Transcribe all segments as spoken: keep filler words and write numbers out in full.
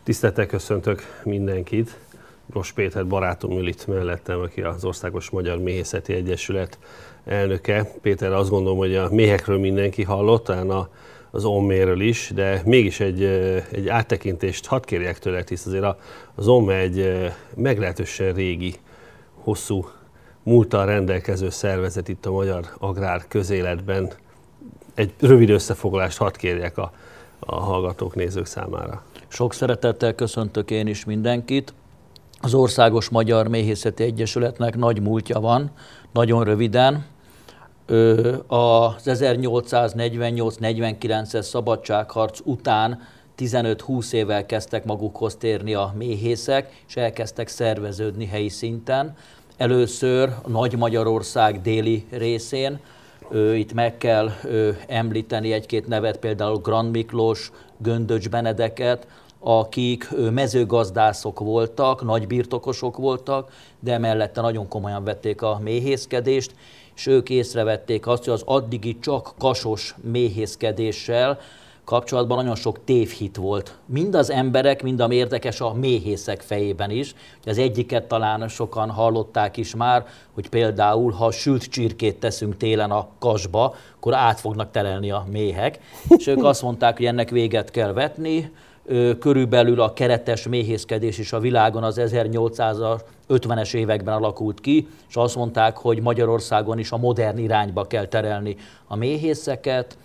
Tisztelettel köszöntök mindenkit. Bros Péter barátom ül itt mellettem, aki az Országos Magyar Méhészeti Egyesület elnöke. Péter, azt gondolom, hogy a méhekről mindenki hallott, talán a, az omméről is, de mégis egy, egy áttekintést hadd kérjek tőled, hisz azért az omme egy meglehetősen régi, hosszú múlttal rendelkező szervezet itt a magyar agrár közéletben. Egy rövid összefoglalást hadd kérjek a, a hallgatók, nézők számára. Sok szeretettel köszöntök én is mindenkit. Az Országos Magyar Méhészeti Egyesületnek nagy múltja van, nagyon röviden. Az ezernyolcszáznegyvennyolc negyvenkilences szabadságharc után tizenöt-húsz évvel kezdtek magukhoz térni a méhészek, és elkezdtek szerveződni helyi szinten. Először a Nagy-Magyarország déli részén, itt meg kell említeni egy-két nevet, például Grand Miklós, Göndöcs Benedeket, akik mezőgazdászok voltak, nagybirtokosok voltak, de mellette nagyon komolyan vették a méhészkedést, és ők észrevették azt, hogy az addigi csak kasos méhészkedéssel kapcsolatban nagyon sok tévhit volt. Mind az emberek, mind ami érdekes a méhészek fejében is. Az egyiket talán sokan hallották is már, hogy például, ha sült csirkét teszünk télen a kasba, akkor át fognak telelni a méhek. És ők azt mondták, hogy ennek véget kell vetni. Körülbelül a keretes méhészkedés is a világon az ezernyolcszázötvenes években alakult ki, és azt mondták, hogy Magyarországon is a modern irányba kell terelni a méhészeket,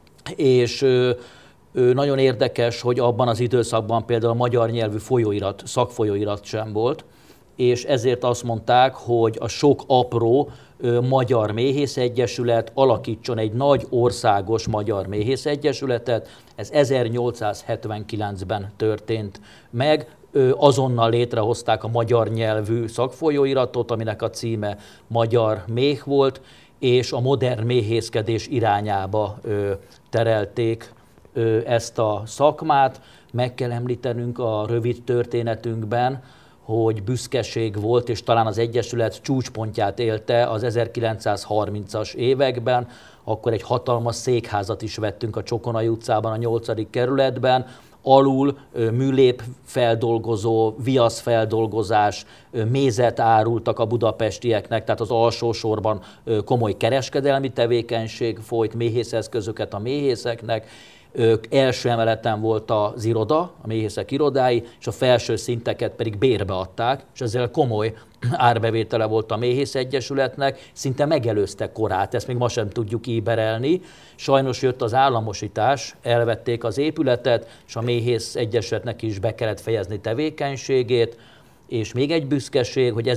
és ö, ö, nagyon érdekes, hogy abban az időszakban például a magyar nyelvű folyóirat, szakfolyóirat sem volt, és ezért azt mondták, hogy a sok apró ö, magyar méhészegyesület alakítson egy nagy országos magyar méhészegyesületet. Ez ezernyolcszázhetvenkilencben történt meg. Ö, azonnal létrehozták a magyar nyelvű szakfolyóiratot, aminek a címe Magyar Méh volt, és a modern méhészkedés irányába ö, terelték ö, ezt a szakmát. Meg kell említenünk a rövid történetünkben, hogy büszkeség volt, és talán az Egyesület csúcspontját élte az ezerkilencszázharmincas években, akkor egy hatalmas székházat is vettünk a Csokonai utcában, a nyolcadik kerületben, alul műlép feldolgozó, viasz feldolgozás, mézet árultak a budapestieknek, tehát az alsó sorban komoly kereskedelmi tevékenység folyt, méhészeszközöket a méhészeknek. Első emeleten volt az iroda, a méhészek irodái, és a felső szinteket pedig bérbe adták, és ezzel komoly árbevétele volt a Méhészegyesületnek, szinte megelőzte korát, ezt még ma sem tudjuk íberelni. Sajnos jött az államosítás, elvették az épületet, és a Méhészegyesületnek is be kellett fejezni tevékenységét, és még egy büszkeség, hogy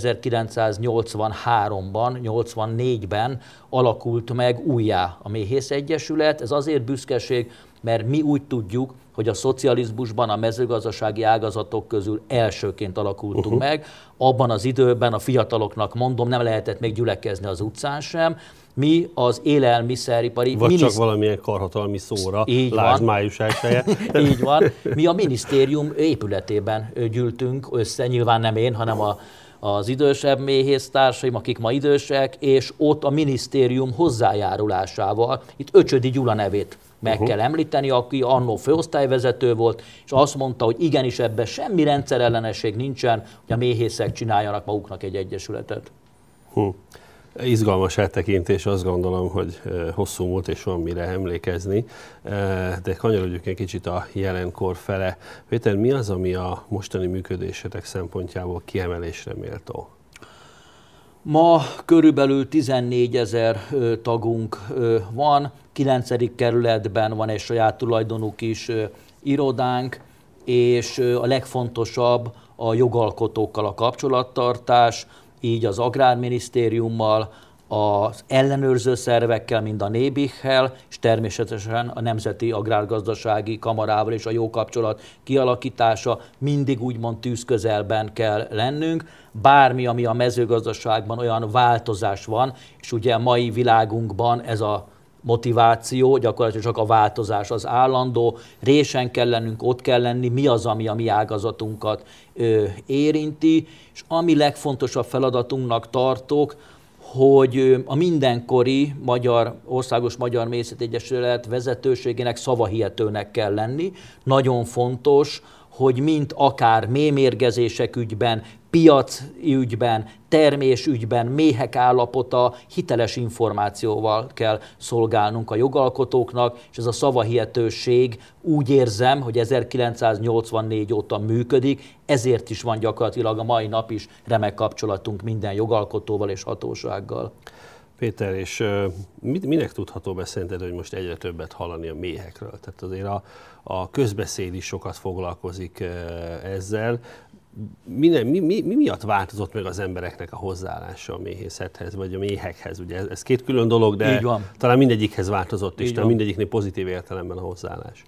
ezerkilencszáznyolcvanháromban, nyolcvannégyben alakult meg újjá a Méhészegyesület. Ez azért büszkeség, mert mi úgy tudjuk, hogy a szocializmusban a mezőgazdasági ágazatok közül elsőként alakultunk uh-huh. meg. Abban az időben a fiataloknak mondom, nem lehetett még gyülekezni az utcán sem. Mi az élelmiszeripari... Vagy miniszt... csak valamilyen karhatalmi szóra, lásd május elsője. Így van. Mi a minisztérium épületében gyűltünk össze, nyilván nem én, hanem a, az idősebb méhésztársaim, akik ma idősek, és ott a minisztérium hozzájárulásával, itt Öcsödi Gyula nevét meg uh-huh. kell említeni, aki annó főosztályvezető volt, és azt mondta, hogy igenis ebben semmi rendszerellenesség nincsen, hogy a méhészek csináljanak maguknak egy egyesületet. Hm. Izgalmas áttekintés, azt gondolom, hogy hosszú múlt és van mire emlékezni, de kanyarodjuk egy kicsit a jelenkor fele. Péter, mi az, ami a mostani működésetek szempontjából kiemelésre méltó? Ma körülbelül tizennégyezer tagunk van, kilencedik kerületben van egy saját tulajdonú kis irodánk, és a legfontosabb a jogalkotókkal a kapcsolattartás, így az Agrárminisztériummal, az ellenőrző szervekkel, mind a Nébichel, és természetesen a Nemzeti Agrárgazdasági Kamarával és a jó kapcsolat kialakítása, mindig úgymond tűzközelben kell lennünk. Bármi, ami a mezőgazdaságban olyan változás van, és ugye a mai világunkban ez a motiváció, gyakorlatilag csak a változás az állandó, résen kell lennünk, ott kell lenni, mi az, ami a mi ágazatunkat ö, érinti, és ami legfontosabb feladatunknak tartok, hogy a mindenkori magyar, Országos Magyar Méhészeti Egyesület vezetőségének szavahihetőnek kell lenni. Nagyon fontos, hogy mint akár méhmérgezések ügyben, piaci ügyben, termés ügyben, méhek állapota, hiteles információval kell szolgálnunk a jogalkotóknak, és ez a szavahihetőség úgy érzem, hogy ezerkilencszáznyolcvannégy óta működik, ezért is van gyakorlatilag a mai nap is remek kapcsolatunk minden jogalkotóval és hatósággal. Péter, és uh, minek tudható be szerinted, hogy most egyre többet hallani a méhekről? Tehát azért a, a közbeszéd is sokat foglalkozik uh, ezzel. Mi, mi, mi, mi miatt változott meg az embereknek a hozzáállása a méhészethez, vagy a méhekhez? Ugye ez, ez két külön dolog, de talán mindegyikhez változott is, talán mindegyiknél pozitív értelemben a hozzáállás.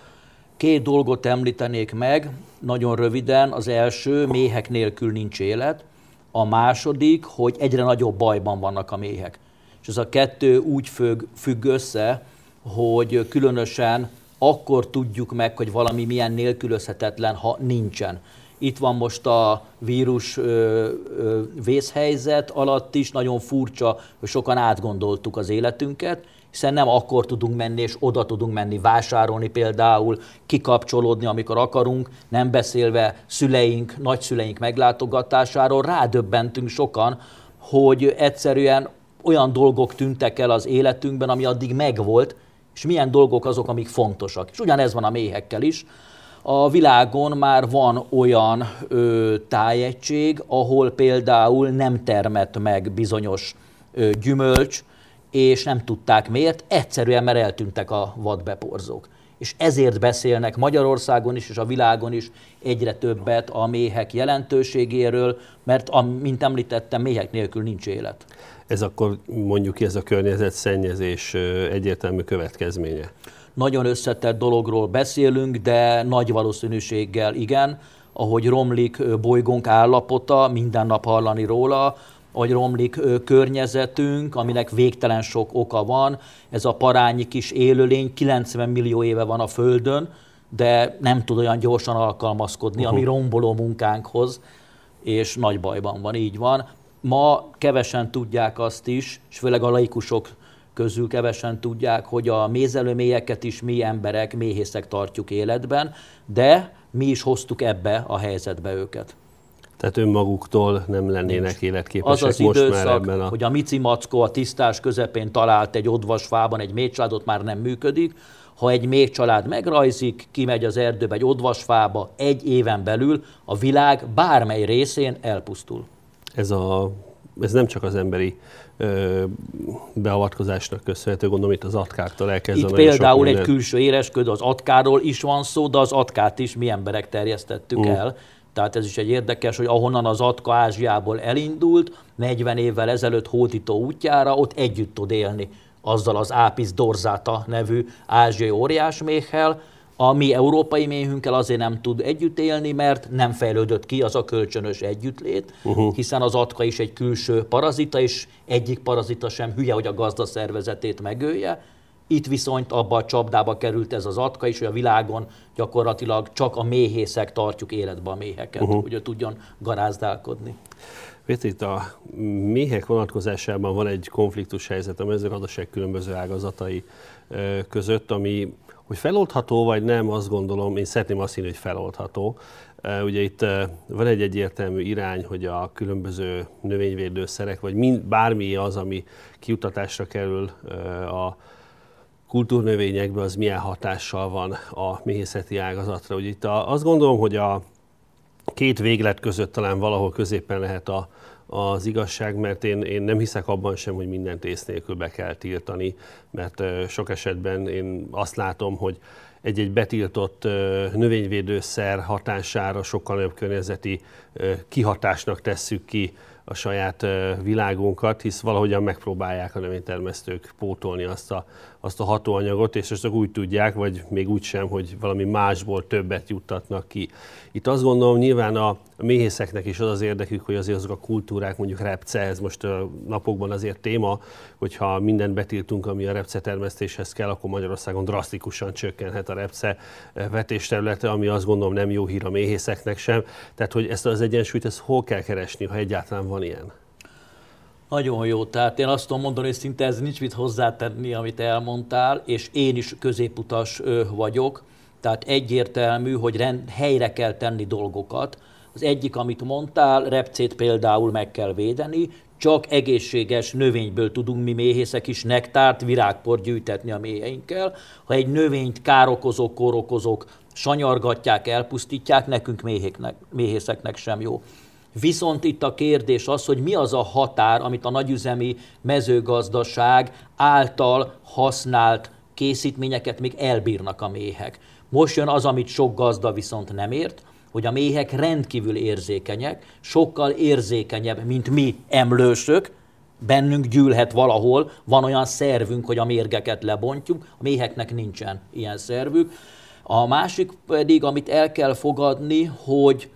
Két dolgot említenék meg, nagyon röviden. Az első, méhek nélkül nincs élet. A második, hogy egyre nagyobb bajban vannak a méhek. És ez a kettő úgy függ, függ össze, hogy különösen akkor tudjuk meg, hogy valami milyen nélkülözhetetlen, ha nincsen. Itt van most a vírus ö, ö, vészhelyzet alatt is, nagyon furcsa, hogy sokan átgondoltuk az életünket, hiszen nem akkor tudunk menni, és oda tudunk menni vásárolni például, kikapcsolódni, amikor akarunk, nem beszélve szüleink, nagyszüleink meglátogatásáról, rádöbbentünk sokan, hogy egyszerűen olyan dolgok tűntek el az életünkben, ami addig megvolt, és milyen dolgok azok, amik fontosak. És ugyanez van a méhekkel is. A világon már van olyan ö, tájegység, ahol például nem termett meg bizonyos ö, gyümölcs, és nem tudták miért, egyszerűen mert eltűntek a vadbeporzók. És ezért beszélnek Magyarországon is, és a világon is egyre többet a méhek jelentőségéről, mert, mint említettem, méhek nélkül nincs élet. Ez akkor mondjuk ki ez a környezetszennyezés egyértelmű következménye? Nagyon összetett dologról beszélünk, de nagy valószínűséggel igen, ahogy romlik bolygónk állapota, minden nap hallani róla, ahogy romlik környezetünk, aminek végtelen sok oka van. Ez a parányi kis élőlény kilencven millió éve van a Földön, de nem tud olyan gyorsan alkalmazkodni uh-huh. a mi romboló munkánkhoz, és nagy bajban van, így van. Ma kevesen tudják azt is, és főleg a laikusok közül kevesen tudják, hogy a mézelőméheket is mi emberek, méhészek tartjuk életben, de mi is hoztuk ebbe a helyzetbe őket. Tehát önmaguktól nem lennének Nincs. életképesek az az most időszak, már ebben a... hogy a Mici Mackó a tisztás közepén talált egy odvasfában egy méhcsaládot, már nem működik. Ha egy méhcsalád megrajzik, kimegy az erdőbe egy odvasfába, egy éven belül a világ bármely részén elpusztul. Ez, a, ez nem csak az emberi ö, beavatkozásnak köszönhető, gondolom itt az atkáktól elkezdve. Itt például egy külső éresköd, az atkáról is van szó, de az atkát is mi emberek terjesztettük uh. el. Tehát ez is egy érdekes, hogy ahonnan az atka Ázsiából elindult, negyven évvel ezelőtt hódító útjára, ott együtt tud élni azzal az Apis dorsata nevű ázsiai óriásméhkel. A mi európai méhünkkel azért nem tud együtt élni, mert nem fejlődött ki az a kölcsönös együttlét, uh-huh. hiszen az atka is egy külső parazita, és egyik parazita sem hülye, hogy a gazdaszervezetét megölje. Itt viszont abba a csapdába került ez az atka is, hogy a világon gyakorlatilag csak a méhészek tartjuk életbe a méheket, uh-huh. hogy ő tudjon garázdálkodni. Péter, itt a méhek vonatkozásában van egy konfliktus helyzet a mezőgazdaság különböző ágazatai között, ami, hogy feloldható vagy nem, azt gondolom, én szeretném azt hinni, hogy feloldható. Ugye itt van egy egyértelmű irány, hogy a különböző növényvédőszerek, vagy mind, bármi az, ami kiutatásra kerül a kultúrnövényekből, az milyen hatással van a méhészeti ágazatra. Ugye itt a, azt gondolom, hogy a két véglet között talán valahol középen lehet a, az igazság, mert én, én nem hiszek abban sem, hogy mindent ész nélkül be kell tiltani, mert sok esetben én azt látom, hogy egy-egy betiltott növényvédőszer hatására sokkal nagyobb környezeti kihatásnak tesszük ki a saját világunkat, hisz valahogyan megpróbálják a növénytermesztők pótolni azt a, azt a hatóanyagot, és csak úgy tudják, vagy még úgy sem, hogy valami másból többet juttatnak ki. Itt azt gondolom, nyilván a méhészeknek is az az érdekük, hogy azért azok a kultúrák, mondjuk repce, ez most a napokban azért téma, hogyha mindent betiltunk, ami a repce termesztéshez kell, akkor Magyarországon drasztikusan csökkenhet a repce vetésterülete, ami azt gondolom nem jó hír a méhészeknek sem. Tehát, hogy ezt az egyensúlyt, ezt hol kell keresni, ha egyáltalán van ilyen? Nagyon jó, tehát én azt tudom mondani, hogy szinte ez nincs mit hozzátenni, amit elmondtál, és én is középutas vagyok, tehát egyértelmű, hogy rend, helyre kell tenni dolgokat. Az egyik, amit mondtál, repcét például meg kell védeni, csak egészséges növényből tudunk mi méhészek is nektárt, virágport gyűjtetni a méheinkkel. Ha egy növényt károkozók, kórokozók sanyargatják, elpusztítják, nekünk méhéknek, méhészeknek sem jó. Viszont itt a kérdés az, hogy mi az a határ, amit a nagyüzemi mezőgazdaság által használt készítményeket még elbírnak a méhek. Most jön az, amit sok gazda viszont nem ért, hogy a méhek rendkívül érzékenyek, sokkal érzékenyebb, mint mi emlősök, bennünk gyűlhet valahol, van olyan szervünk, hogy a mérgeket lebontjuk, a méheknek nincsen ilyen szervük. A másik pedig, amit el kell fogadni, hogy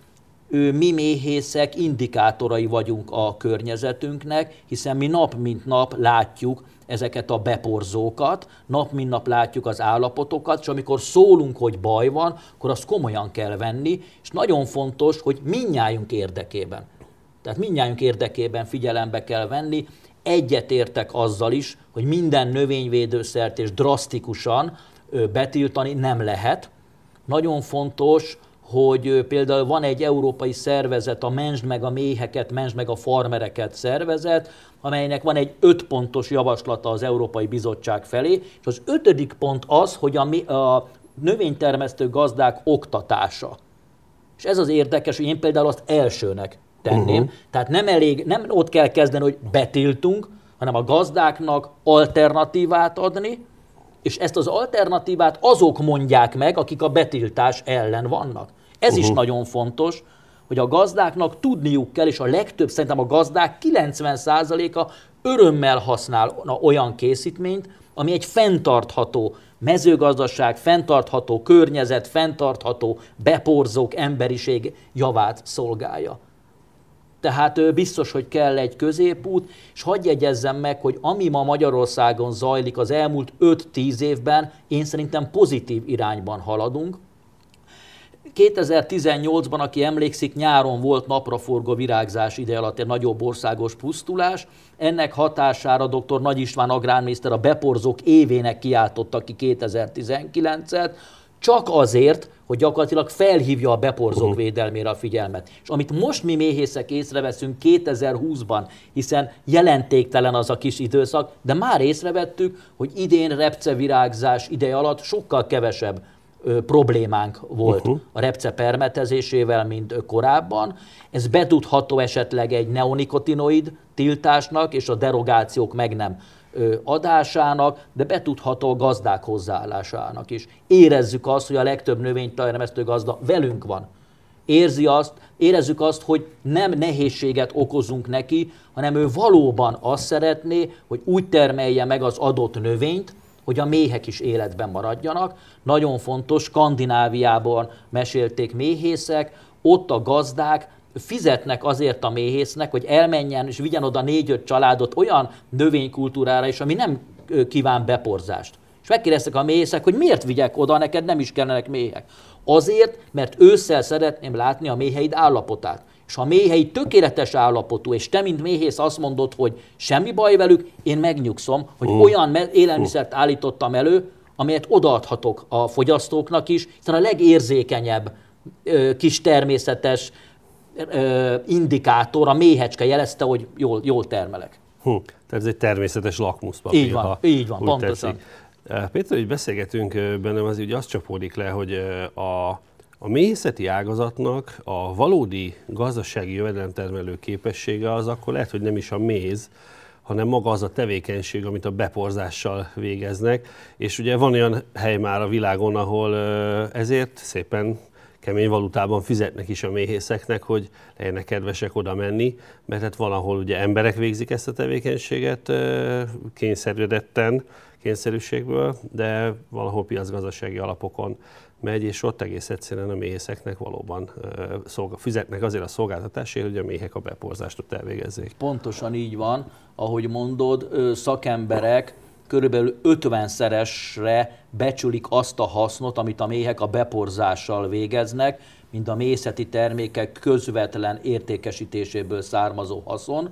mi méhészek indikátorai vagyunk a környezetünknek, hiszen mi nap mint nap látjuk ezeket a beporzókat, nap mint nap látjuk az állapotokat, és amikor szólunk, hogy baj van, akkor azt komolyan kell venni, és nagyon fontos, hogy mindnyájunk érdekében. Tehát mindnyájunk érdekében figyelembe kell venni. Egyetértek azzal is, hogy minden növényvédőszert és drasztikusan betiltani nem lehet. Nagyon fontos, hogy például van egy európai szervezet, a Mentsd meg a méheket, mentsd meg a farmereket szervezet, amelynek van egy öt pontos javaslata az Európai Bizottság felé, és az ötödik pont az, hogy a, a növénytermesztő gazdák oktatása. És ez az érdekes, hogy én például azt elsőnek tenném, uh-huh. Tehát nem elég, nem ott kell kezdeni, hogy betiltunk, hanem a gazdáknak alternatívát adni, és ezt az alternatívát azok mondják meg, akik a betiltás ellen vannak. Ez uh-huh. is nagyon fontos, hogy a gazdáknak tudniuk kell, és a legtöbb, szerintem a gazdák kilencven százaléka örömmel használna olyan készítményt, ami egy fenntartható mezőgazdaság, fenntartható környezet, fenntartható beporzók, emberiség javát szolgálja. Tehát biztos, hogy kell egy középút, és hadd jegyezzem meg, hogy ami ma Magyarországon zajlik az elmúlt öt-tíz évben, én szerintem pozitív irányban haladunk. kétezer-tizennyolcban, aki emlékszik, nyáron volt napraforgó virágzás ide alatt egy nagyobb országos pusztulás. Ennek hatására dr. Nagy István agrárminiszter a beporzók évének kiáltotta ki kétezer-tizenkilencet, csak azért, hogy gyakorlatilag felhívja a beporzók védelmére a figyelmet. És amit most mi méhészek észreveszünk kétezer-húszban, hiszen jelentéktelen az a kis időszak, de már észrevettük, hogy idén repcevirágzás ideje alatt sokkal kevesebb ö, problémánk volt uh-huh. a repce permetezésével, mint korábban. Ez betudható esetleg egy neonikotinoid tiltásnak és a derogációk meg nem adásának, de betudható a gazdák hozzáállásának is. Érezzük azt, hogy a legtöbb növénytermesztő gazda velünk van. Érzi azt, érezzük azt, hogy nem nehézséget okozunk neki, hanem ő valóban azt szeretné, hogy úgy termelje meg az adott növényt, hogy a méhek is életben maradjanak. Nagyon fontos, Skandináviában mesélték méhészek, ott a gazdák fizetnek azért a méhésznek, hogy elmenjen és vigyen oda négy-öt családot olyan növénykultúrára is, ami nem kíván beporzást. És megkérdeztek a méhészek, hogy miért vigyek oda, neked nem is kellenek méhek. Azért, mert ősszel szeretném látni a méheid állapotát. És ha a méheid tökéletes állapotú, és te, mint méhész azt mondod, hogy semmi baj velük, én megnyugszom, hogy uh. olyan élelmiszert állítottam elő, amelyet odaadhatok a fogyasztóknak is, hiszen a legérzékenyebb kis természetes indikátor, a méhecske jelezte, hogy jól, jól termelek. Hm, tehát ez egy természetes lakmuszpapír. Így van, így van, pontosan. Tetszik. Péter, hogy beszélgetünk bennem, az úgy azt csapódik le, hogy a, a méhészeti ágazatnak a valódi gazdasági jövedelemtermelő képessége az akkor lehet, hogy nem is a méz, hanem maga az a tevékenység, amit a beporzással végeznek. És ugye van olyan hely már a világon, ahol ezért szépen kemény valutában fizetnek is a méhészeknek, hogy legyenek kedvesek oda menni, mert hát valahol ugye emberek végzik ezt a tevékenységet kényszerűdetten, kényszerűségből, de valahol piacgazdasági alapokon megy, és ott egész egyszerűen a méhészeknek valóban fizetnek azért a szolgáltatásért, hogy a méhek a beporzást ott elvégezzék. Pontosan így van, ahogy mondod, szakemberek körülbelül ötvenszeresre becsülik azt a hasznot, amit a méhek a beporzással végeznek, mint a méhészeti termékek közvetlen értékesítéséből származó haszon.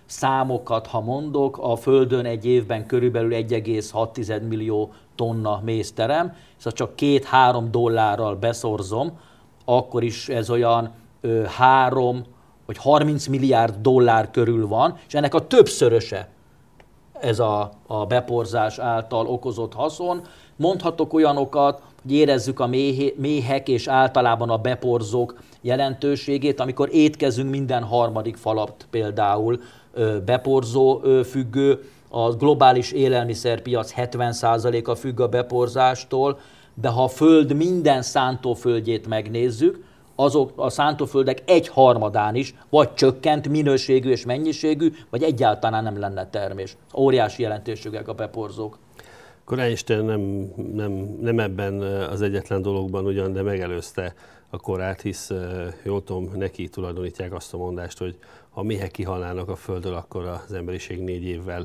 számokat, ha mondok, a Földön egy évben körülbelül egy egész hat millió tonna mézterem, és ha csak két-három dollárral beszorzom, akkor is ez olyan ö, három vagy harminc milliárd dollár körül van, és ennek a többszöröse ez a, a beporzás által okozott haszon. Mondhatok olyanokat, hogy érezzük a méhe, méhek és általában a beporzók jelentőségét, amikor étkezünk, minden harmadik falat például ö, beporzó ö, függő, a globális élelmiszerpiac hetven százaléka függ a beporzástól, de ha a Föld minden szántóföldjét megnézzük, azok a szántóföldek egy harmadán is vagy csökkent minőségű és mennyiségű, vagy egyáltalán nem lenne termés. Óriási jelentőségek a beporzók. Akkor Einstein nem, nem, nem ebben az egyetlen dologban ugyan, de megelőzte a korát, hisz jól tudom, neki tulajdonítják azt a mondást, hogy ha méhek kihalnának a Földről, akkor az emberiség négy évvel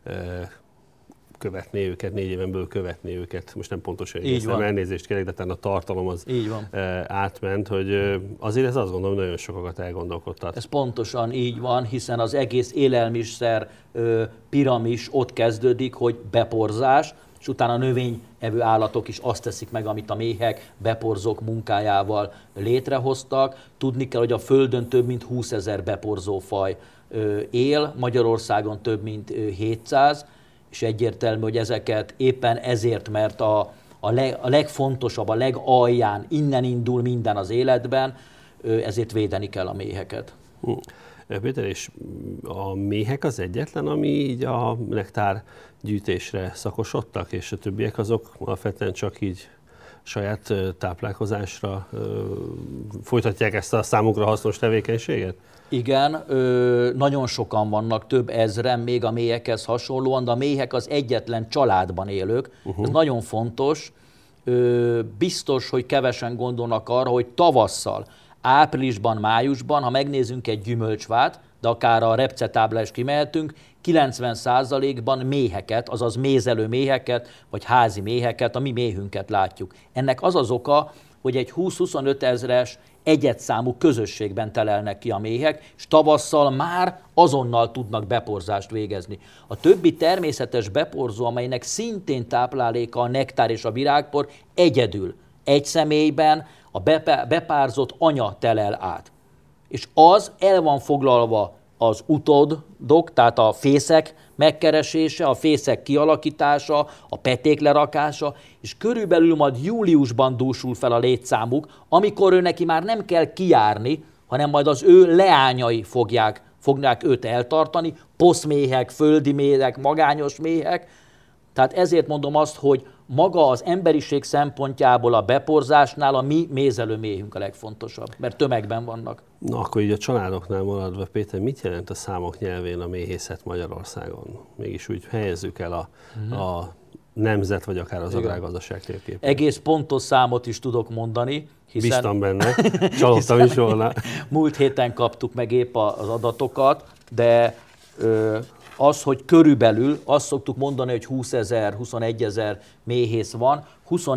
követné őket, négy éven belül követné őket. Most nem pontosan értem, elnézést kérek, de talán a tartalom az átment, hogy azért ez azt gondolom, nagyon sokakat elgondolkodtat. Ez pontosan így van, hiszen az egész élelmiszer piramis ott kezdődik, hogy beporzás, és utána a növényevő állatok is azt teszik meg, amit a méhek, beporzók munkájával létrehoztak. Tudni kell, hogy a Földön több mint húszezer beporzófaj él, Magyarországon több mint hétszáz, és egyértelmű, hogy ezeket éppen ezért, mert a, a, leg, a legfontosabb, a legalján, innen indul minden az életben, ezért védeni kell a méheket. Hm. Péter, és a méhek az egyetlen, ami így a nektár gyűjtésre szakosodtak, és a többiek azok alapvetően csak így saját táplálkozásra folytatják ezt a számukra hasznos tevékenységet? Igen, ö, nagyon sokan vannak, több ezren még a méhekhez hasonlóan, de a méhek az egyetlen családban élők. Uh-huh. Ez nagyon fontos. Ö, biztos, hogy kevesen gondolnak arra, hogy tavasszal, áprilisban, májusban, ha megnézzünk egy gyümölcsfát, de akár a repcetábla is kimehetünk, kilencven százalékban méheket, azaz mézelő méheket, vagy házi méheket, a mi méhünket látjuk. Ennek az az oka, hogy egy húsz-huszonöt ezres egyedszámú közösségben telelnek ki a méhek, és tavasszal már azonnal tudnak beporzást végezni. A többi természetes beporzó, amelynek szintén tápláléka a nektár és a virágpor, egyedül, egy személyben a bepárzott anya telel át. És az el van foglalva az utódok, tehát a fészek megkeresése, a fészek kialakítása, a peték lerakása, és körülbelül majd júliusban dúsul fel a létszámuk, amikor ő neki már nem kell kijárni, hanem majd az ő leányai fogják, fogják őt eltartani, poszméhek, földi méhek, magányos méhek. Tehát ezért mondom azt, hogy maga az emberiség szempontjából a beporzásnál a mi mézelő méhünk a legfontosabb, mert tömegben vannak. Na akkor így a családoknál maradva, Péter, mit jelent a számok nyelvén a méhészet Magyarországon? Mégis úgy helyezzük el a, uh-huh. a nemzet, vagy akár az agrárgazdaság térképén. Egész pontos számot is tudok mondani. Hiszen, Bíztam benne, csalódtam is volna. Múlt héten kaptuk meg épp az adatokat, de ö, az, hogy körülbelül, azt szoktuk mondani, hogy húszezer, huszonegyezer méhész van,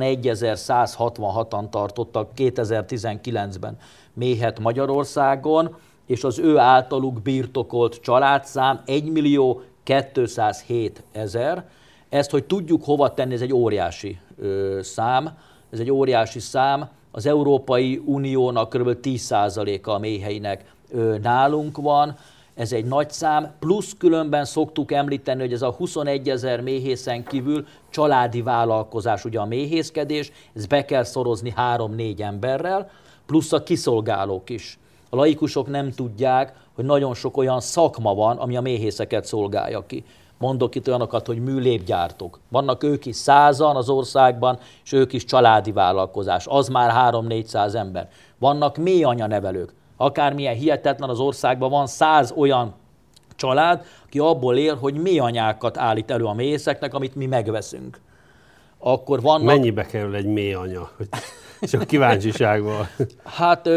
huszonegyezer-százhatvanhatan tartottak kétezer-tizenkilencben méhet Magyarországon, és az ő általuk birtokolt családszám egymillió kétszázhét-ezer. Ezt, hogy tudjuk hova tenni, ez egy óriási ö, szám, ez egy óriási szám. Az Európai Uniónak kb. tíz százaléka a méheinek ö, nálunk van, ez egy nagy szám, plusz különben szoktuk említeni, hogy ez a huszonegyezer méhészen kívül családi vállalkozás, ugye a méhészkedés, ez be kell szorozni három-négy emberrel, plusz a kiszolgálók is. A laikusok nem tudják, hogy nagyon sok olyan szakma van, ami a méhészeket szolgálja ki. Mondok itt olyanokat, hogy műlépgyártók. Vannak ők is százan az országban, és ők is családi vállalkozás. Az már három-négyszáz ember. Vannak méhanyanevelők. Akármilyen hihetetlen, az országban van száz olyan család, aki abból él, hogy méhanyákat állít elő a méhészeknek, amit mi megveszünk. Akkor vannak... Mennyibe kerül egy méhanya? Csak kíváncsiságból. Hát,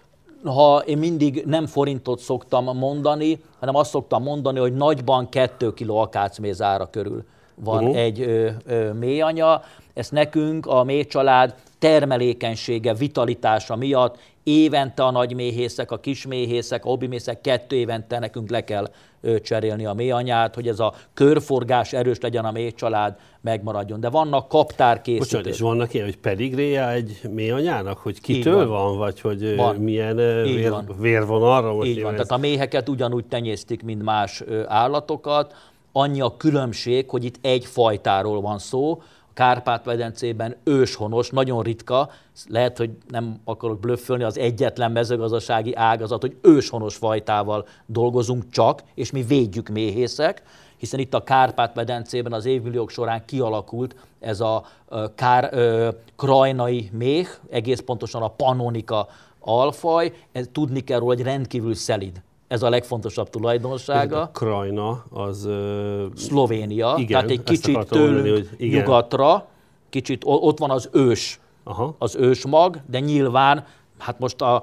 ha én mindig nem forintot szoktam mondani, hanem azt szoktam mondani, hogy nagyban kettő kiló akácméz ára körül van uh-huh. egy ö, ö, méhanya. Ezt nekünk a méhcsalád termelékenysége, vitalitása miatt évente a nagy méhészek, a kis méhészek, a hobbiméhészek kettő évente nekünk le kell cserélni a méhanyát, hogy ez a körforgás erős legyen, a méhcsalád megmaradjon. De vannak kaptárkészítők. Bocsánat, és vannak ilyen, hogy pedigréje egy méhanyának, hogy kitől van. van, vagy hogy van. milyen vér, van. vér van arra? Most Így van, ez... tehát a méheket ugyanúgy tenyésztik, mint más állatokat. Annyi a különbség, hogy itt egy fajtáról van szó, Kárpát-medencében őshonos, nagyon ritka, lehet, hogy nem akarok blöffölni, az egyetlen mezőgazdasági ágazat, hogy őshonos fajtával dolgozunk csak, és mi védjük méhészek, hiszen itt a Kárpát-medencében az évmilliók során kialakult ez a kár, ö, krajnai méh, egész pontosan a pannonica alfaj, ez, tudni kell róla, hogy rendkívül szelíd. Ez a legfontosabb tulajdonsága. A Krajna az... Uh, Szlovénia, igen, tehát egy kicsit tőlünk mondani, hogy nyugatra, kicsit ott van az ős, Aha. az ősmag, de nyilván, hát most a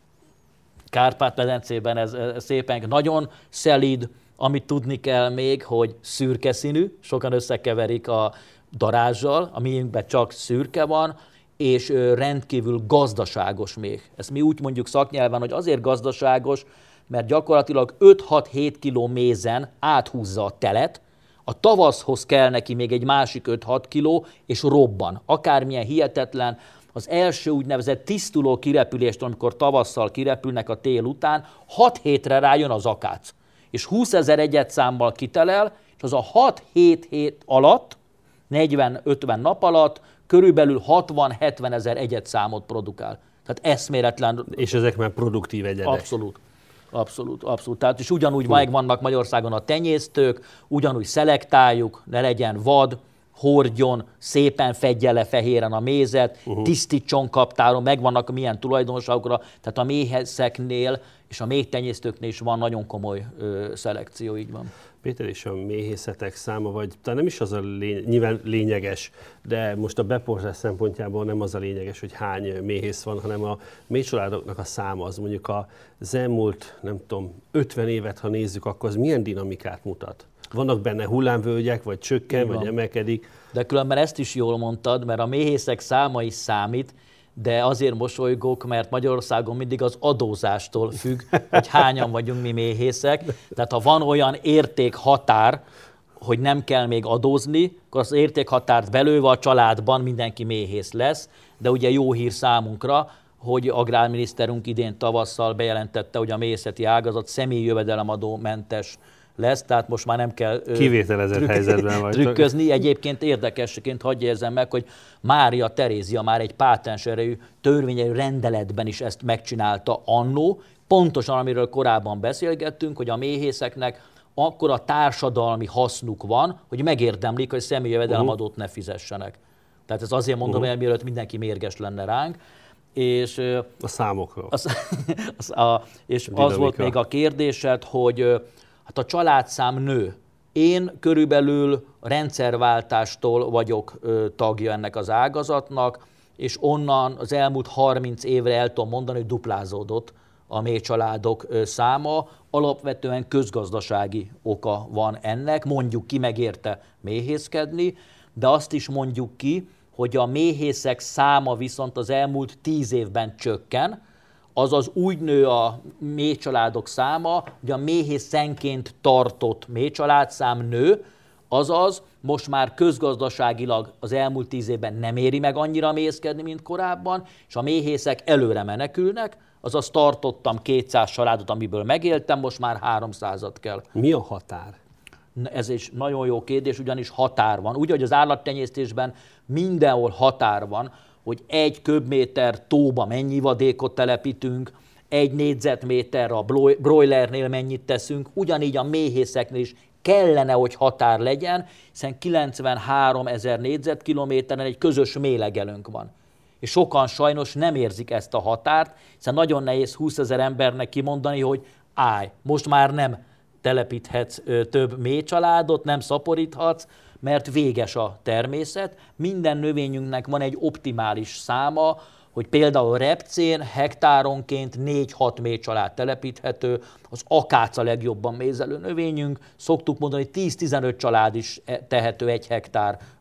Kárpát-medencében ez, ez szépen nagyon szelíd, amit tudni kell még, hogy szürke színű, sokan összekeverik a darázsal, a miénkben csak szürke van, és rendkívül gazdaságos méh. Ezt mi úgy mondjuk szaknyelven, hogy azért gazdaságos, mert gyakorlatilag öt-hat-hét kiló mézen áthúzza a telet, a tavaszhoz kell neki még egy másik öt-hat kiló, és robban. Akármilyen hihetetlen, az első úgynevezett tisztuló kirepülést, amikor tavasszal kirepülnek a tél után, hat hétre rájön az akác. És húszezer egyedszámmal kitelel, és az a hat-hét hét alatt, negyven-ötven nap alatt körülbelül hatvan-hetven ezer egyedszámot produkál. Tehát eszméletlen. És ezek már produktív egyedek. Abszolút. Abszolút, abszolút. Tehát és ugyanúgy megvannak Magyarországon a tenyésztők, ugyanúgy szelektáljuk, ne legyen vad, hordjon, szépen fedje le fehéren a mézet, uh-huh. tisztítson kaptáron, megvannak milyen tulajdonságokra. Tehát a méhészeknél és a méhtenyésztőknél is van nagyon komoly ö, szelekció, így van. Péter, és a méhészetek száma, vagy talán nem is az a lény, nyilván lényeges, de most a beporzás szempontjából nem az a lényeges, hogy hány méhész van, hanem a méhcsaládoknak a száma, az mondjuk az elmúlt, nem tudom, ötven évet, ha nézzük, akkor az milyen dinamikát mutat? Vannak benne hullámvölgyek, vagy csökken, vagy emelkedik? De különben ezt is jól mondtad, mert a méhészek száma is számít, de azért mosolygok, mert Magyarországon mindig az adózástól függ, hogy hányan vagyunk mi méhészek. Tehát ha van olyan értékhatár, hogy nem kell még adózni, akkor az értékhatárt belőve a családban mindenki méhész lesz, de ugye jó hír számunkra, hogy agrárminiszterünk idén tavasszal bejelentette, hogy a méhészeti ágazat személyi jövedelemadó mentes lesz, tehát most már nem kell kivételezett trükk, helyzetben vagy trükközni. Egyébként érdekesként hadd érzem meg, hogy Mária Terézia már egy pátens erejű törvényelő rendeletben is ezt megcsinálta annó, pontosan amiről korábban beszélgettünk, hogy a méhészeknek akkora társadalmi hasznuk van, hogy megérdemlik, hogy személyi jövedelemadót ne fizessenek. Tehát ez azért mondom uh-huh. el, mielőtt mindenki mérges lenne ránk. És, a számokról. Az, az, a, és az volt még a kérdésed, hogy hát a családszám nő. Én körülbelül rendszerváltástól vagyok ö, tagja ennek az ágazatnak, és onnan az elmúlt harminc évre el tudom mondani, hogy duplázódott a méhcsaládok ö, száma. Alapvetően közgazdasági oka van ennek, mondjuk ki megérte méhészkedni, de azt is mondjuk ki, hogy a méhészek száma viszont az elmúlt tíz évben csökken, azaz úgy nő a méhcsaládok száma, hogy a méhészenként tartott méhcsaládszám nő, azaz most már közgazdaságilag az elmúlt tíz évben nem éri meg annyira méhészkedni, mint korábban, és a méhészek előre menekülnek, azaz tartottam kétszáz családot, amiből megéltem, most már háromszázat kell. Mi a határ? Ez is nagyon jó kérdés, ugyanis határ van. Úgy, hogy az állattenyésztésben mindenhol határ van, hogy egy köbméter tóba mennyi vadékot telepítünk, egy négyzetméterre a broilernél mennyit teszünk, ugyanígy a méhészeknél is kellene, hogy határ legyen, hiszen kilencvenhárom ezer négyzetkilométeren egy közös méhlegelőnk van. És sokan sajnos nem érzik ezt a határt, hiszen nagyon nehéz húszezer embernek kimondani, hogy állj, most már nem telepíthetsz több méhcsaládot, nem szaporíthatsz, mert véges a természet. Minden növényünknek van egy optimális száma, hogy például repcén hektáronként négy-hat méhcsalád telepíthető, az akác a legjobban mézelő növényünk, szoktuk mondani, hogy tíz-tizenöt család is tehető egy hektár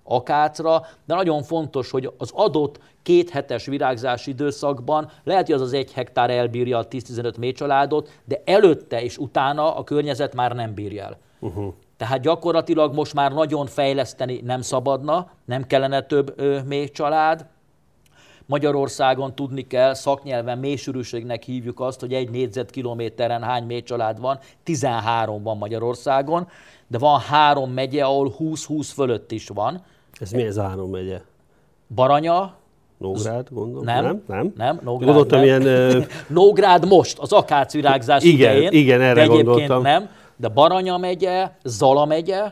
akácra, de nagyon fontos, hogy az adott két hetes virágzási időszakban lehet, hogy az az egy hektár elbírja a tíz-tizenöt méhcsaládot, de előtte és utána a környezet már nem bírja el. Uh-huh. Tehát gyakorlatilag most már nagyon fejleszteni nem szabadna, nem kellene több ö, méhcsalád. Magyarországon tudni kell, szaknyelven méhsűrűségnek hívjuk azt, hogy egy négyzetkilométeren hány méhcsalád van, tizenhárom van Magyarországon, de van három megye, ahol húsz-húsz fölött is van. Ez mi ez a három megye? Baranya. Nógrád, gondolom? Nem, nem. nem? nem Nógrád, gondoltam nem. Ilyen... Uh... Nógrád most, az akácvirágzás igen, idején. Igen, erre de egyébként gondoltam. nem, de Baranya megye, Zala megye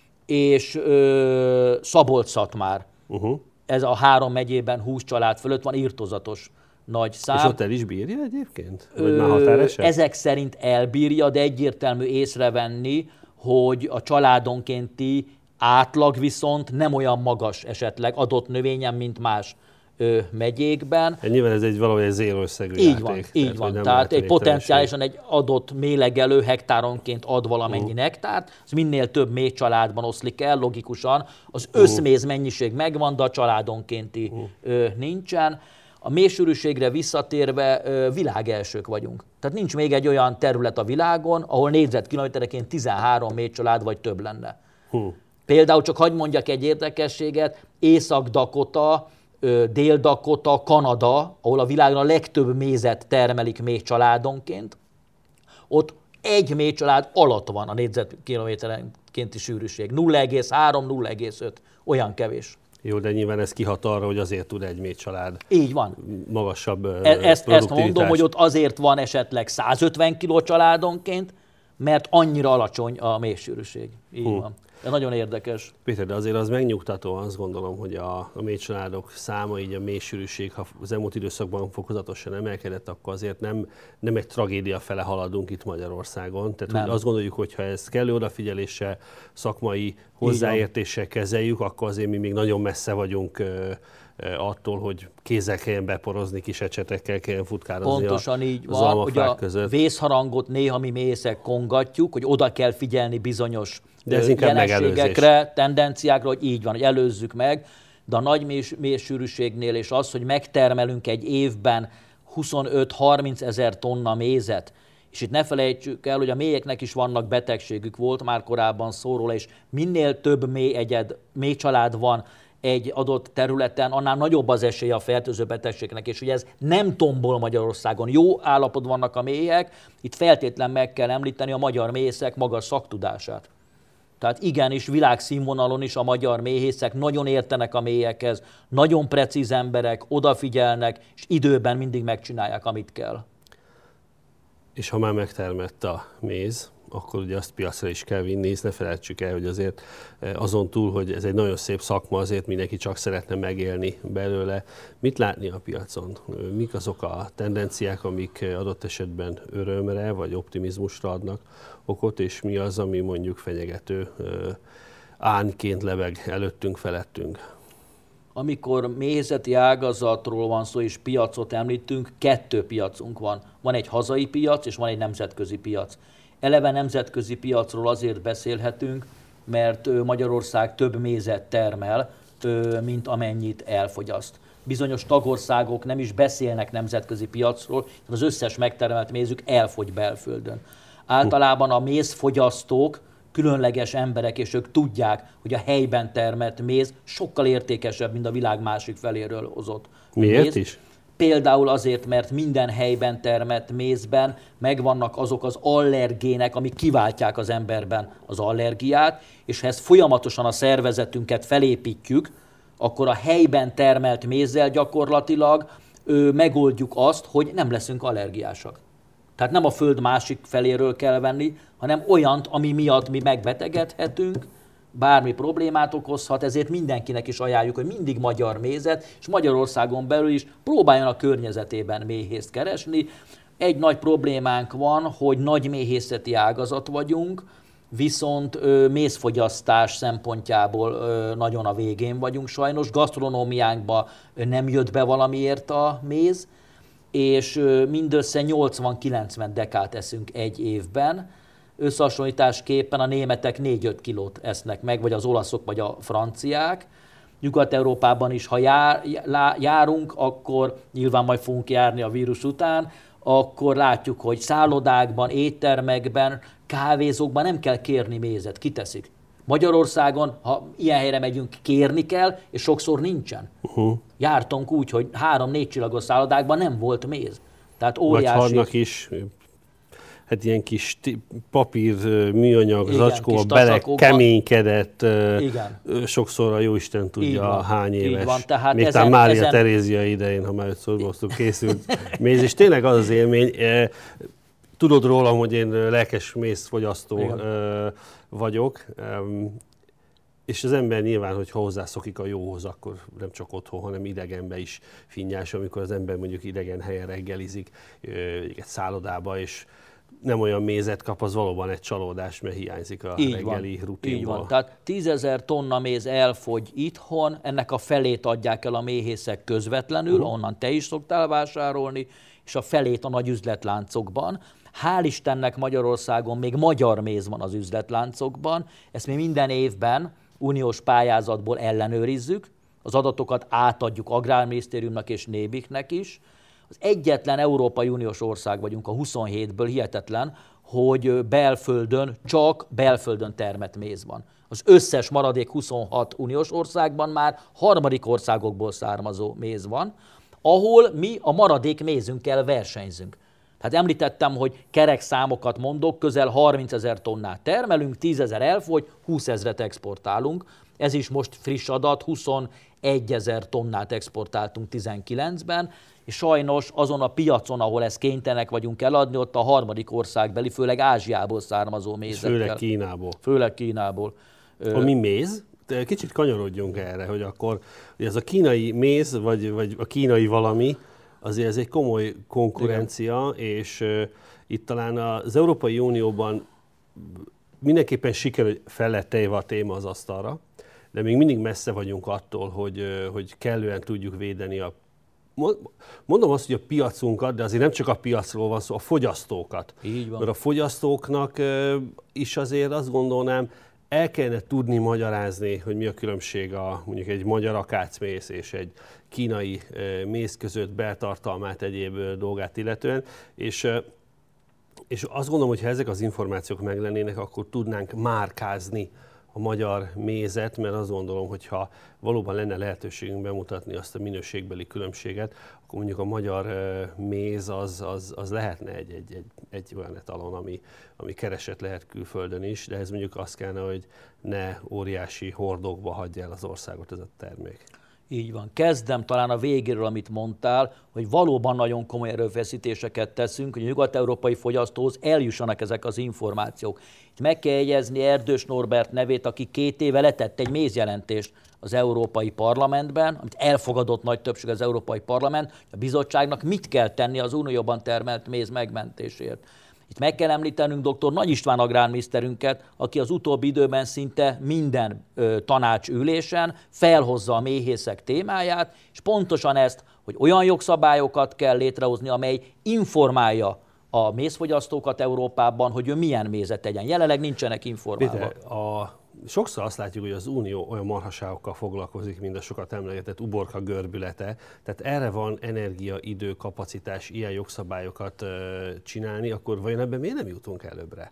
és ö, Szabolcs-Szatmár. Uh-huh. Ez a három megyében húsz család fölött van, irtózatos nagy szám. És ott el is bírja egyébként? Vagy Ö, már határeset? Ezek szerint elbírja, de egyértelmű észrevenni, hogy a családonkénti átlag viszont nem olyan magas esetleg adott növényen, mint más ö, megyékben. Hát nyilván ez egy valahogy egy zéró összegű Így játék. van, így van. Tehát, tehát egy potenciálisan egy adott méhlegelő hektáronként ad valamennyi uh. nektárt, az minél több méhcsaládban oszlik el, logikusan. Az összméz mennyiség megvan, de a családonkénti uh. ö, nincsen. A méhsűrűségre visszatérve ö, világelsők vagyunk. Tehát nincs még egy olyan terület a világon, ahol négyzetkilométereként tizenhárom méhcsalád vagy több lenne. Uh. Például csak hadd mondjak egy érdekességet, Észak-Dakota, Dél-Dakota, Kanada, ahol a világon a legtöbb mézet termelik méhcsaládonként, ott egy méhcsalád alatt van a négyzetkilométerenkénti sűrűség. nulla egész három nulla egész öt, olyan kevés. Jó, de nyilván ez kihat arra, hogy azért tud egy méhcsalád így van. magasabb e- ezt, ezt mondom, hogy ott azért van esetleg százötven kiló családonként, mert annyira alacsony a méhsűrűség. Így hmm. van. De nagyon érdekes. Péter, de azért az megnyugtató, azt gondolom, hogy a, a méhcsaládok száma, így a méhsűrűség, ha az elmúlt időszakban fokozatosan emelkedett, akkor azért nem, nem egy tragédia fele haladunk itt Magyarországon. Tehát hogy azt gondoljuk, hogy ha ezt kellő odafigyeléssel, szakmai hozzáértéssel kezeljük, akkor azért mi még nagyon messze vagyunk ö, ö, attól, hogy kézzel kelljen beporozni, kis ecsetekkel kelljen futkározni. Pontosan a, így van, hogy a között. Vészharangot néha mi méhészek kongatjuk, hogy oda kell figyelni bizonyos de ez inkább jelenségekre, tendenciákra, hogy így van, hogy előzzük meg, de a nagy méhsűrűségnél és az, hogy megtermelünk egy évben huszonöt-harminc ezer tonna mézet, és itt ne felejtsük el, hogy a méheknek is vannak betegségük, volt már korábban szó róla, és minél több méhegyed, méhcsalád van egy adott területen, annál nagyobb az esélye a fertőző betegségnek, és ugye ez nem tombol Magyarországon. Jó állapotban vannak a méhek, itt feltétlen meg kell említeni a magyar méhészek magas szaktudását. Tehát igenis világszínvonalon is a magyar méhészek nagyon értenek a méhekhez, nagyon precíz emberek, odafigyelnek, és időben mindig megcsinálják, amit kell. És ha már megtermett a méz, akkor ugye azt piacra is kell vinni, hisz ne felejtsük el, hogy azért azon túl, hogy ez egy nagyon szép szakma, azért mindenki csak szeretne megélni belőle. Mit látni a piacon? Mik azok a tendenciák, amik adott esetben örömre vagy optimizmusra adnak okot, és mi az, ami mondjuk fenyegető ányként lebeg előttünk, felettünk? Amikor méhészeti ágazatról van szó és piacot említünk, kettő piacunk van. Van egy hazai piac és van egy nemzetközi piac. Eleve nemzetközi piacról azért beszélhetünk, mert Magyarország több mézet termel, mint amennyit elfogyaszt. Bizonyos tagországok nem is beszélnek nemzetközi piacról, az összes megtermelt mézük elfogy belföldön. Általában a mézfogyasztók különleges emberek, és ők tudják, hogy a helyben termelt méz sokkal értékesebb, mint a világ másik feléről hozott Miért méz. is? Például azért, mert minden helyben termett mézben megvannak azok az allergének, amik kiváltják az emberben az allergiát, és ha ezt folyamatosan a szervezetünket felépítjük, akkor a helyben termelt mézzel gyakorlatilag ö, megoldjuk azt, hogy nem leszünk allergiásak. Tehát nem a föld másik feléről kell venni, hanem olyant, ami miatt mi megbetegedhetünk, bármi problémát okozhat, ezért mindenkinek is ajánljuk, hogy mindig magyar mézet, és Magyarországon belül is próbáljon a környezetében méhészt keresni. Egy nagy problémánk van, hogy nagy méhészeti ágazat vagyunk, viszont ö, mézfogyasztás szempontjából ö, nagyon a végén vagyunk sajnos. Gasztronómiánkba nem jött be valamiért a méz, és ö, mindössze nyolcvan-kilencven dekát eszünk egy évben. Összehasonlításképpen a németek négy-öt kilót esznek meg, vagy az olaszok, vagy a franciák. Nyugat-Európában is, ha jár, járunk, akkor nyilván majd fogunk járni a vírus után, akkor látjuk, hogy szállodákban, éttermekben, kávézókban nem kell kérni mézet, kiteszik. Magyarországon, ha ilyen helyre megyünk, kérni kell, és sokszor nincsen. Uh-huh. Jártunk úgy, hogy három-négy csillagos szállodákban nem volt méz. Tehát óriási... Vagy hadnak is, hát ilyen kis papír, műanyag, igen, zacskóba bele keménykedett, igen. Sokszor a jóisten tudja hány éves. Van, tehát még talán Mária ezen... Terézia idején, ha már ötször bosztuk, készült méz, és tényleg az az élmény. Tudod rólam, hogy én lelkes mézfogyasztó igen. vagyok, és az ember nyilván, hogy hozzászokik a jóhoz, akkor nem csak otthon, hanem idegenbe is finnyás, amikor az ember mondjuk idegen helyen reggelizik, egy szállodába, és nem olyan mézet kap, az valóban egy csalódás, mert hiányzik a így reggeli van, rutinból. Így van. Tehát tízezer tonna méz elfogy itthon, ennek a felét adják el a méhészek közvetlenül, uh-huh. onnan te is szoktál vásárolni, és a felét a nagy üzletláncokban. Hál' Istennek Magyarországon még magyar méz van az üzletláncokban, ezt mi minden évben uniós pályázatból ellenőrizzük, az adatokat átadjuk Agrárminisztériumnak és Nébiknek is. Az egyetlen Európai Uniós ország vagyunk a huszonhétből, hihetetlen, hogy belföldön, csak belföldön termett méz van. Az összes maradék huszonhat uniós országban már harmadik országokból származó méz van, ahol mi a maradék mézünkkel versenyzünk. Tehát említettem, hogy kerek számokat mondok, közel harmincezer tonnát termelünk, tízezer elfogy, húszezret exportálunk. Ez is most friss adat, huszonegyezer tonnát exportáltunk tizenkilencben, és sajnos azon a piacon, ahol ezt kénytelenek vagyunk eladni, ott a harmadik országbeli, főleg Ázsiából származó mézekkel. Főleg Kínából. Főleg Kínából. A mi méz? Kicsit kanyarodjunk erre, hogy akkor hogy ez a kínai méz, vagy, vagy a kínai valami, azért ez egy komoly konkurencia, igen. és uh, itt talán az Európai Unióban mindenképpen sikerül, hogy fel lett tejve a téma az asztalra, de még mindig messze vagyunk attól, hogy, uh, hogy kellően tudjuk védeni a mondom azt, hogy a piacunkat, de azért nem csak a piacról van szó, a fogyasztókat. Így van. Mert a fogyasztóknak uh, is azért azt gondolnám, el kellene tudni magyarázni, hogy mi a különbség a mondjuk egy magyar akácméz és egy kínai méz között, beltartalmát, egyéb dolgát illetően, és, és azt gondolom, hogy ha ezek az információk meglennének, akkor tudnánk márkázni a magyar mézet, mert azt gondolom, hogy ha valóban lenne lehetőségünk bemutatni azt a minőségbeli különbséget, akkor mondjuk a magyar méz az, az, az lehetne egy, egy, egy, egy olyan etalon, ami, ami keresett lehet külföldön is, de ez mondjuk azt kellene, hogy ne óriási hordókba hagyja el az országot ez a termék. Így van. Kezdem talán a végéről, amit mondtál, hogy valóban nagyon komoly erőfeszítéseket teszünk, hogy a nyugat-európai fogyasztóhoz eljussanak ezek az információk. Itt meg kell jegyezni Erdős Norbert nevét, aki két éve letett egy mézjelentést az Európai Parlamentben, amit elfogadott nagy többség az Európai Parlament, a bizottságnak mit kell tenni az unióban termelt méz megmentésért. Itt meg kell említenünk dr. Nagy István agrárminiszterünket, aki az utóbbi időben szinte minden ö, tanácsülésen felhozza a méhészek témáját, és pontosan ezt, hogy olyan jogszabályokat kell létrehozni, amely informálja a mézfogyasztókat Európában, hogy ő milyen mézet tegyen. Jelenleg nincsenek informálva. Péter, a... sokszor azt látjuk, hogy az Unió olyan marhaságokkal foglalkozik, mint a sokat emlegetett uborka görbülete. Tehát erre van energia, idő, kapacitás, ilyen jogszabályokat uh, csinálni, akkor vajon ebben miért nem jutunk előbbre?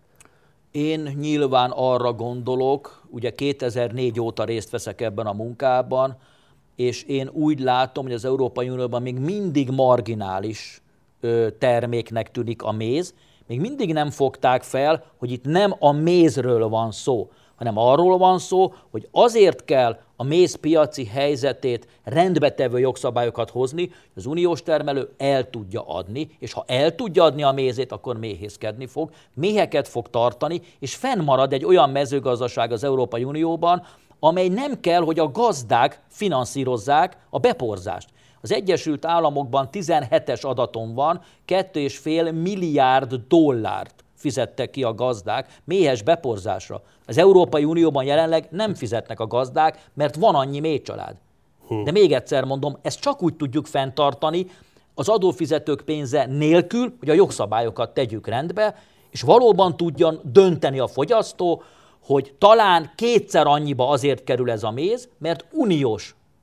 Én nyilván arra gondolok, ugye kétezer-négy óta részt veszek ebben a munkában, és én úgy látom, hogy az Európai Unióban még mindig marginális ö, terméknek tűnik a méz, még mindig nem fogták fel, hogy itt nem a mézről van szó, hanem arról van szó, hogy azért kell a mézpiaci helyzetét rendbetevő jogszabályokat hozni, hogy az uniós termelő el tudja adni, és ha el tudja adni a mézét, akkor méhészkedni fog, méheket fog tartani, és fennmarad egy olyan mezőgazdaság az Európai Unióban, amely nem kell, hogy a gazdák finanszírozzák a beporzást. Az Egyesült Államokban tizenhetes adaton van, két és fél milliárd dollárt fizettek ki a gazdák méhes beporzásra. Az Európai Unióban jelenleg nem fizetnek a gazdák, mert van annyi méhcsalád. De még egyszer mondom, ezt csak úgy tudjuk fenntartani, az adófizetők pénze nélkül, hogy a jogszabályokat tegyük rendbe, és valóban tudjon dönteni a fogyasztó, hogy talán kétszer annyiba azért kerül ez a méz, mert uniós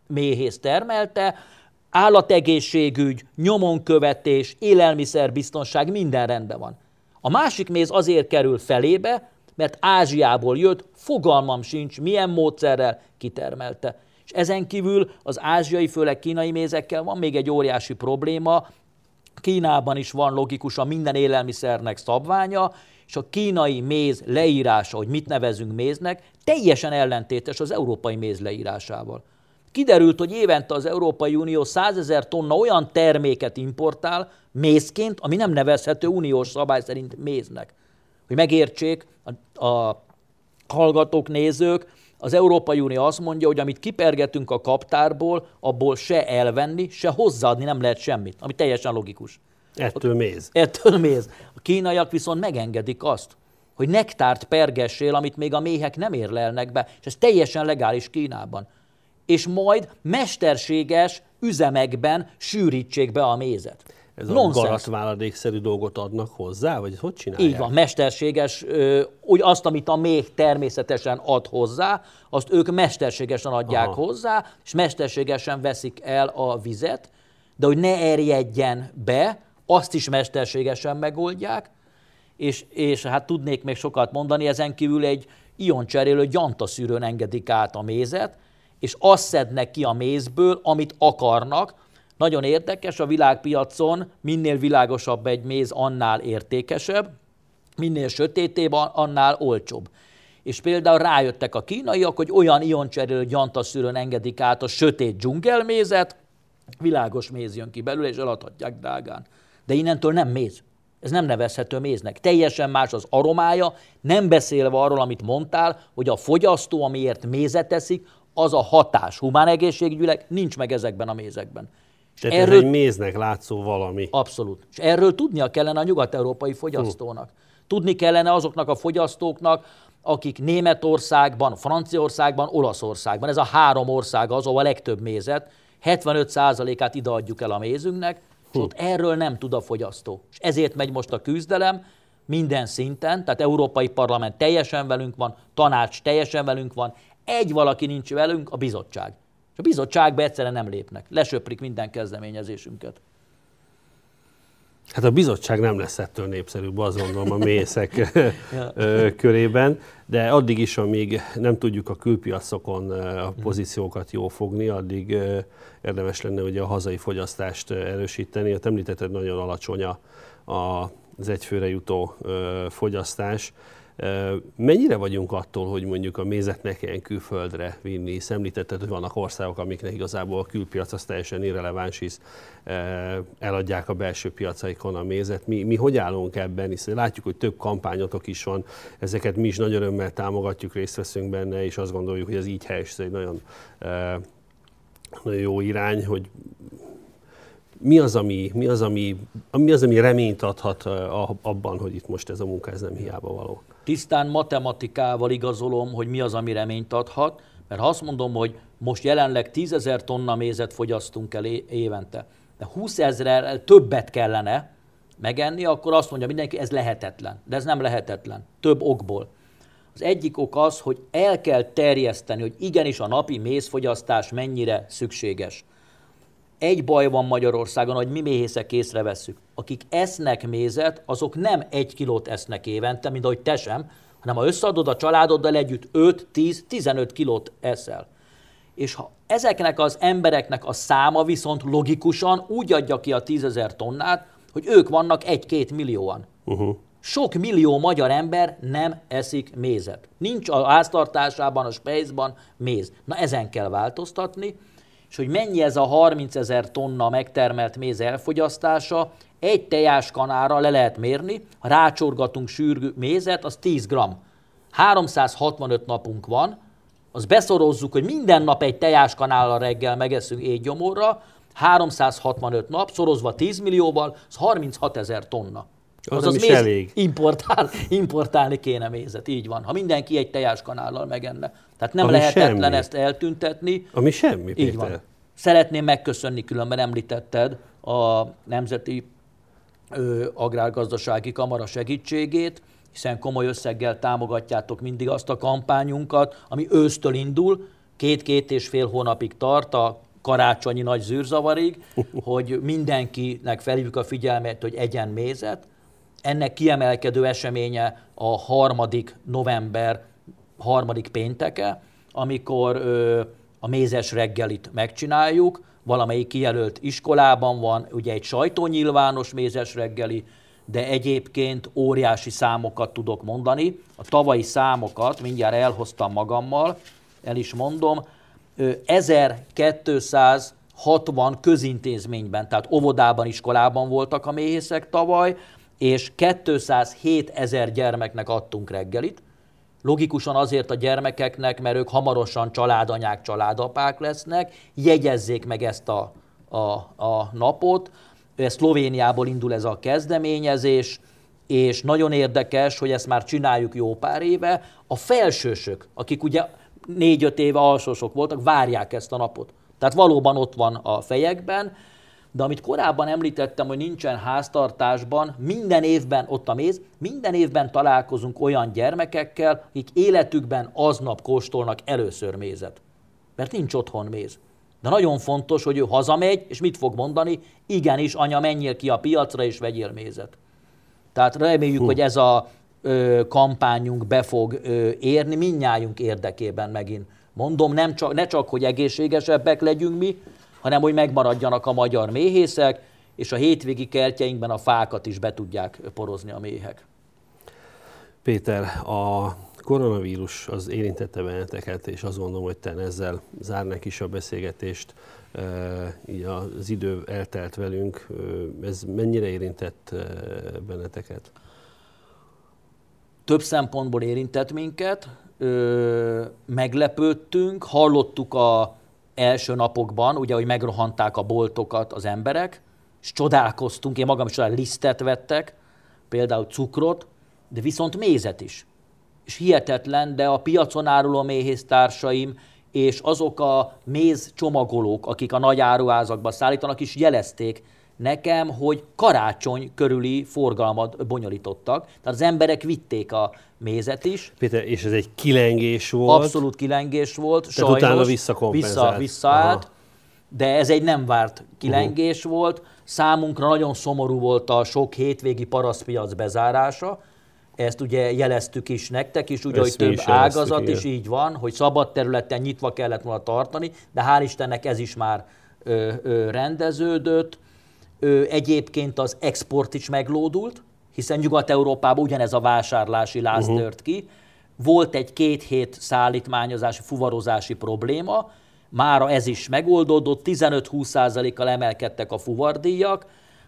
méhész termelte, állategészségügy, nyomonkövetés, élelmiszerbiztonság, minden rendben van. A másik méz azért kerül felébe, mert Ázsiából jött, fogalmam sincs, milyen módszerrel kitermelte. És ezen kívül az ázsiai, főleg kínai mézekkel van még egy óriási probléma. Kínában is van logikusan minden élelmiszernek szabványa, és a kínai méz leírása, hogy mit nevezünk méznek, teljesen ellentétes az európai méz leírásával. Kiderült, hogy évente az Európai Unió százezer tonna olyan terméket importál mézként, ami nem nevezhető uniós szabály szerint méznek. Hogy megértsék a, a hallgatók, nézők, az Európai Unió azt mondja, hogy amit kipergetünk a kaptárból, abból se elvenni, se hozzáadni nem lehet semmit, ami teljesen logikus. Ettől méz. Ettől méz. A kínaiak viszont megengedik azt, hogy nektárt pergessél, amit még a méhek nem érlelnek be, és ez teljesen legális Kínában. És majd mesterséges üzemekben sűrítsék be a mézet. Ez Nonsense. A garatváladékszerű dolgot adnak hozzá, vagy hogy csinálják? Így van, mesterséges, úgy azt, amit a méh természetesen ad hozzá, azt ők mesterségesen adják Aha. hozzá, és mesterségesen veszik el a vizet, de hogy ne erjedjen be, azt is mesterségesen megoldják, és, és hát tudnék még sokat mondani, ezen kívül egy ioncserélő gyantaszűrőn engedik át a mézet, és azt szednek ki a mézből, amit akarnak. Nagyon érdekes, a világpiacon minél világosabb egy méz, annál értékesebb, minél sötétébb, annál olcsóbb. És például rájöttek a kínaiak, hogy olyan ioncserélő gyantaszűrőn engedik át a sötét dzsungelmézet, világos méz jön ki belőle, és eladhatják drágán. De innentől nem méz. Ez nem nevezhető méznek. Teljesen más az aromája, nem beszélve arról, amit mondtál, hogy a fogyasztó, amiért mézet eszik, az a hatás humán egészségügyileg nincs meg ezekben a mézekben. Tehát erről, ez egy méznek látszó valami. Abszolút. És erről tudnia kellene a nyugat-európai fogyasztónak. Tudni kellene azoknak a fogyasztóknak, akik Németországban, Franciaországban, Olaszországban, ez a három ország az, ahol a legtöbb mézet, hetvenöt százalékát ideadjuk el a mézünknek, és ott erről nem tud a fogyasztó. És ezért megy most a küzdelem minden szinten, tehát Európai Parlament teljesen velünk van, tanács teljesen velünk van, egy valaki nincs velünk, a bizottság. És a bizottságba egyszerűen nem lépnek. Lesöprik minden kezdeményezésünket. Hát a bizottság nem lesz ettől népszerűbb, azt gondolom, a méhészek körében, de addig is, amíg nem tudjuk a külpiacokon a pozíciókat jól fogni, addig érdemes lenne ugye a hazai fogyasztást erősíteni. Hát említetted, nagyon alacsony az egyfőre jutó fogyasztás. Mennyire vagyunk attól, hogy mondjuk a mézet ne kelljen külföldre vinni? Hisz említetted, hogy vannak országok, amiknek igazából a külpiac az teljesen irreleváns, hisz eladják a belső piacaikon a mézet. Mi, mi hogy állunk ebben? Hiszen látjuk, hogy több kampányotok is van, ezeket mi is nagy örömmel támogatjuk, részt veszünk benne, és azt gondoljuk, hogy ez így helyes, ez egy nagyon, nagyon jó irány, hogy Mi az, ami, mi, az, ami, mi az, ami reményt adhat abban, hogy itt most ez a munka ez nem hiába való? Tisztán matematikával igazolom, hogy mi az, ami reményt adhat, mert ha azt mondom, hogy most jelenleg tízezer tonna mézet fogyasztunk el évente, de húszezerrel többet kellene megenni, akkor azt mondja mindenki, ez lehetetlen. De ez nem lehetetlen. Több okból. Az egyik ok az, hogy el kell terjeszteni, hogy igenis a napi mézfogyasztás mennyire szükséges. Egy baj van Magyarországon, hogy mi méhészek észrevesszük. Akik esznek mézet, azok nem egy kilót esznek évente, mint ahogy te sem, hanem ha összeadod a családoddal együtt öt, tíz, tizenöt kilót eszel. És ha ezeknek az embereknek a száma viszont logikusan úgy adja ki a tízezer tonnát, hogy ők vannak egy-két millióan. Uh-huh. Sok millió magyar ember nem eszik mézet. Nincs a háztartásában, a spejzban méz. Na ezen kell változtatni. És hogy mennyi ez a harmincezer tonna megtermelt méz elfogyasztása, egy tejáskanálra le lehet mérni, ha rácsorgatunk sűrű mézet, az tíz gramm. háromszázhatvanöt napunk van, az beszorozzuk, hogy minden nap egy tejáskanálra reggel megeszünk étgyomorra, háromszázhatvanöt nap, szorozva tíz millióval, az harminchatezer tonna. Az, az méz elég. Importál, importálni kéne mézet, így van. Ha mindenki egy tejáskanállal megenne. Tehát nem ami lehetetlen semmi. Ezt eltüntetni. Ami semmi, Péter. Így van. Szeretném megköszönni, különben említetted a Nemzeti ö, Agrárgazdasági Kamara segítségét, hiszen komoly összeggel támogatjátok mindig azt a kampányunkat, ami ősztől indul, két-két és fél hónapig tart a karácsonyi nagy zűrzavarig, hogy mindenkinek felhívjuk a figyelmet, hogy egyen mézet. Ennek kiemelkedő eseménye a harmadik november harmadik pénteke, amikor ö, a mézes reggelit megcsináljuk, valamelyik kijelölt iskolában van, ugye egy sajtónyilvános mézes reggeli, de egyébként óriási számokat tudok mondani. A tavalyi számokat mindjárt elhoztam magammal, el is mondom, ezerkétszázhatvan közintézményben, tehát óvodában, iskolában voltak a méhészek tavaly, és kétszázhétezer gyermeknek adtunk reggelit. Logikusan azért a gyermekeknek, mert ők hamarosan családanyák, családapák lesznek, jegyezzék meg ezt a, a, a napot. Szlovéniából indul ez a kezdeményezés, és nagyon érdekes, hogy ezt már csináljuk jó pár éve. A felsősök, akik ugye négy-öt éve alsósok voltak, várják ezt a napot. Tehát valóban ott van a fejekben, de amit korábban említettem, hogy nincsen háztartásban, minden évben ott a méz, minden évben találkozunk olyan gyermekekkel, akik életükben aznap kóstolnak először mézet. Mert nincs otthon méz. De nagyon fontos, hogy ő hazamegy, és mit fog mondani? Igenis, anya, menjél ki a piacra, és vegyél mézet. Tehát reméljük, Hú. hogy ez a ö, kampányunk be fog ö, érni, mindnyájunk érdekében megint. Mondom, nem csak, ne csak, hogy egészségesebbek legyünk mi, hanem hogy megmaradjanak a magyar méhészek, és a hétvégi kertjeinkben a fákat is be tudják porozni a méhek. Péter, a koronavírus az érintette benneteket, és azt gondolom, hogy te ezzel zárnak is a beszélgetést. Így az idő eltelt velünk. Ez mennyire érintett benneteket? Több szempontból érintett minket. Meglepődtünk, hallottuk a első napokban, ugye, hogy megrohanták a boltokat az emberek, és csodálkoztunk, én magam is olyan lisztet vettek, például cukrot, de viszont mézet is. És hihetetlen, de a piacon áruló méhésztársaim és azok a méz csomagolók, akik a nagy áruházakba szállítanak, is jelezték nekem, hogy karácsony körüli forgalmat bonyolítottak. Tehát az emberek vitték a mézet is. Péter, és ez egy kilengés volt? Abszolút kilengés volt. Tehát sajnos utána visszakompenzált. Vissza, visszaállt, de ez egy nem várt kilengés uh-huh. volt. Számunkra nagyon szomorú volt a sok hétvégi parasztpiac bezárása. Ezt ugye jeleztük is nektek is, ugye, hogy több ágazat is így van, hogy szabad területen nyitva kellett volna tartani, de hál' Istennek ez is már ö, ö, rendeződött. Ö, egyébként az export is meglódult, hiszen Nyugat-Európában ugyanez a vásárlási láz uh-huh. tört ki. Volt egy két hét szállítmányozási, fuvarozási probléma, mára ez is megoldódott, tizenöt-húsz százalékkal emelkedtek a fuvardíjak,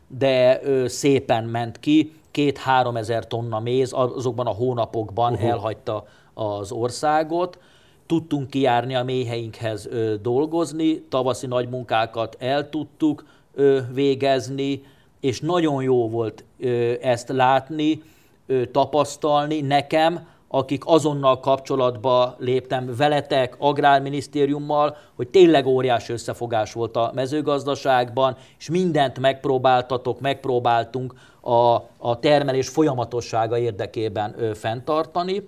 de ö, szépen ment ki, két-három ezer tonna méz azokban a hónapokban uh-huh. elhagyta az országot. Tudtunk kijárni a méheinkhez ö, dolgozni, tavaszi nagy munkákat el tudtuk ö, végezni, és nagyon jó volt ö, ezt látni, ö, tapasztalni nekem, akik azonnal kapcsolatba léptem veletek, Agrárminisztériummal, hogy tényleg óriási összefogás volt a mezőgazdaságban, és mindent megpróbáltatok, megpróbáltunk a, a termelés folyamatossága érdekében ö, fenntartani.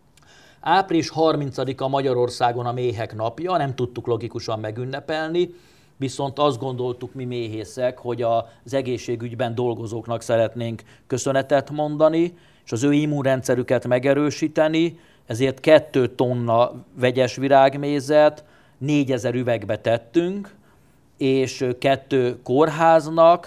április harmincadika Magyarországon a méhek napja, nem tudtuk logikusan megünnepelni, viszont azt gondoltuk mi méhészek, hogy az egészségügyben dolgozóknak szeretnénk köszönetet mondani, és az ő immunrendszerüket megerősíteni, ezért kettő tonna vegyes virágmézet négyezer üvegbe tettünk, és kettő kórháznak,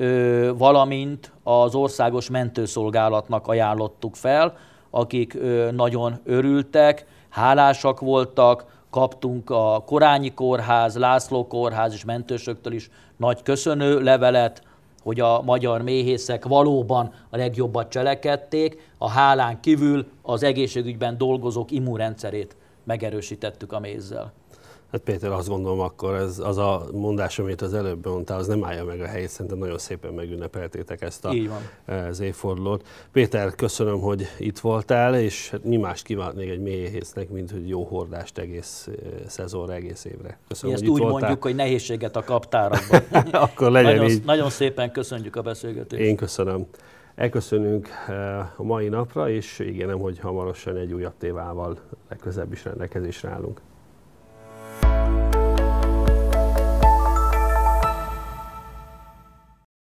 valamint az Országos Mentőszolgálatnak ajánlottuk fel, akik nagyon örültek, hálásak voltak, kaptunk a Korányi Kórház, László Kórház és mentősöktől is nagy köszönő levelet, hogy a magyar méhészek valóban a legjobbat cselekedték, a hálán kívül az egészségügyben dolgozók immunrendszerét megerősítettük a mézzel. Hát Péter, azt gondolom, akkor ez az a mondás, amit az előbb mondtál, az nem állja meg a helyét, szerintem nagyon szépen megünnepeltétek ezt a, az évfordulót. Péter, köszönöm, hogy itt voltál, és mi mást kívánok még egy méhésznek, mint hogy jó hordást egész szezonra, egész évre. Köszönöm, ezt hogy úgy itt mondjuk, voltál. hogy nehézséget a kaptárakban. Akkor legyen nagyon, így. Nagyon szépen köszönjük a beszélgetést. Én köszönöm. Elköszönünk a mai napra, és ígérem, hogy hamarosan egy újabb témával legközelebb is rendelkezésre állunk.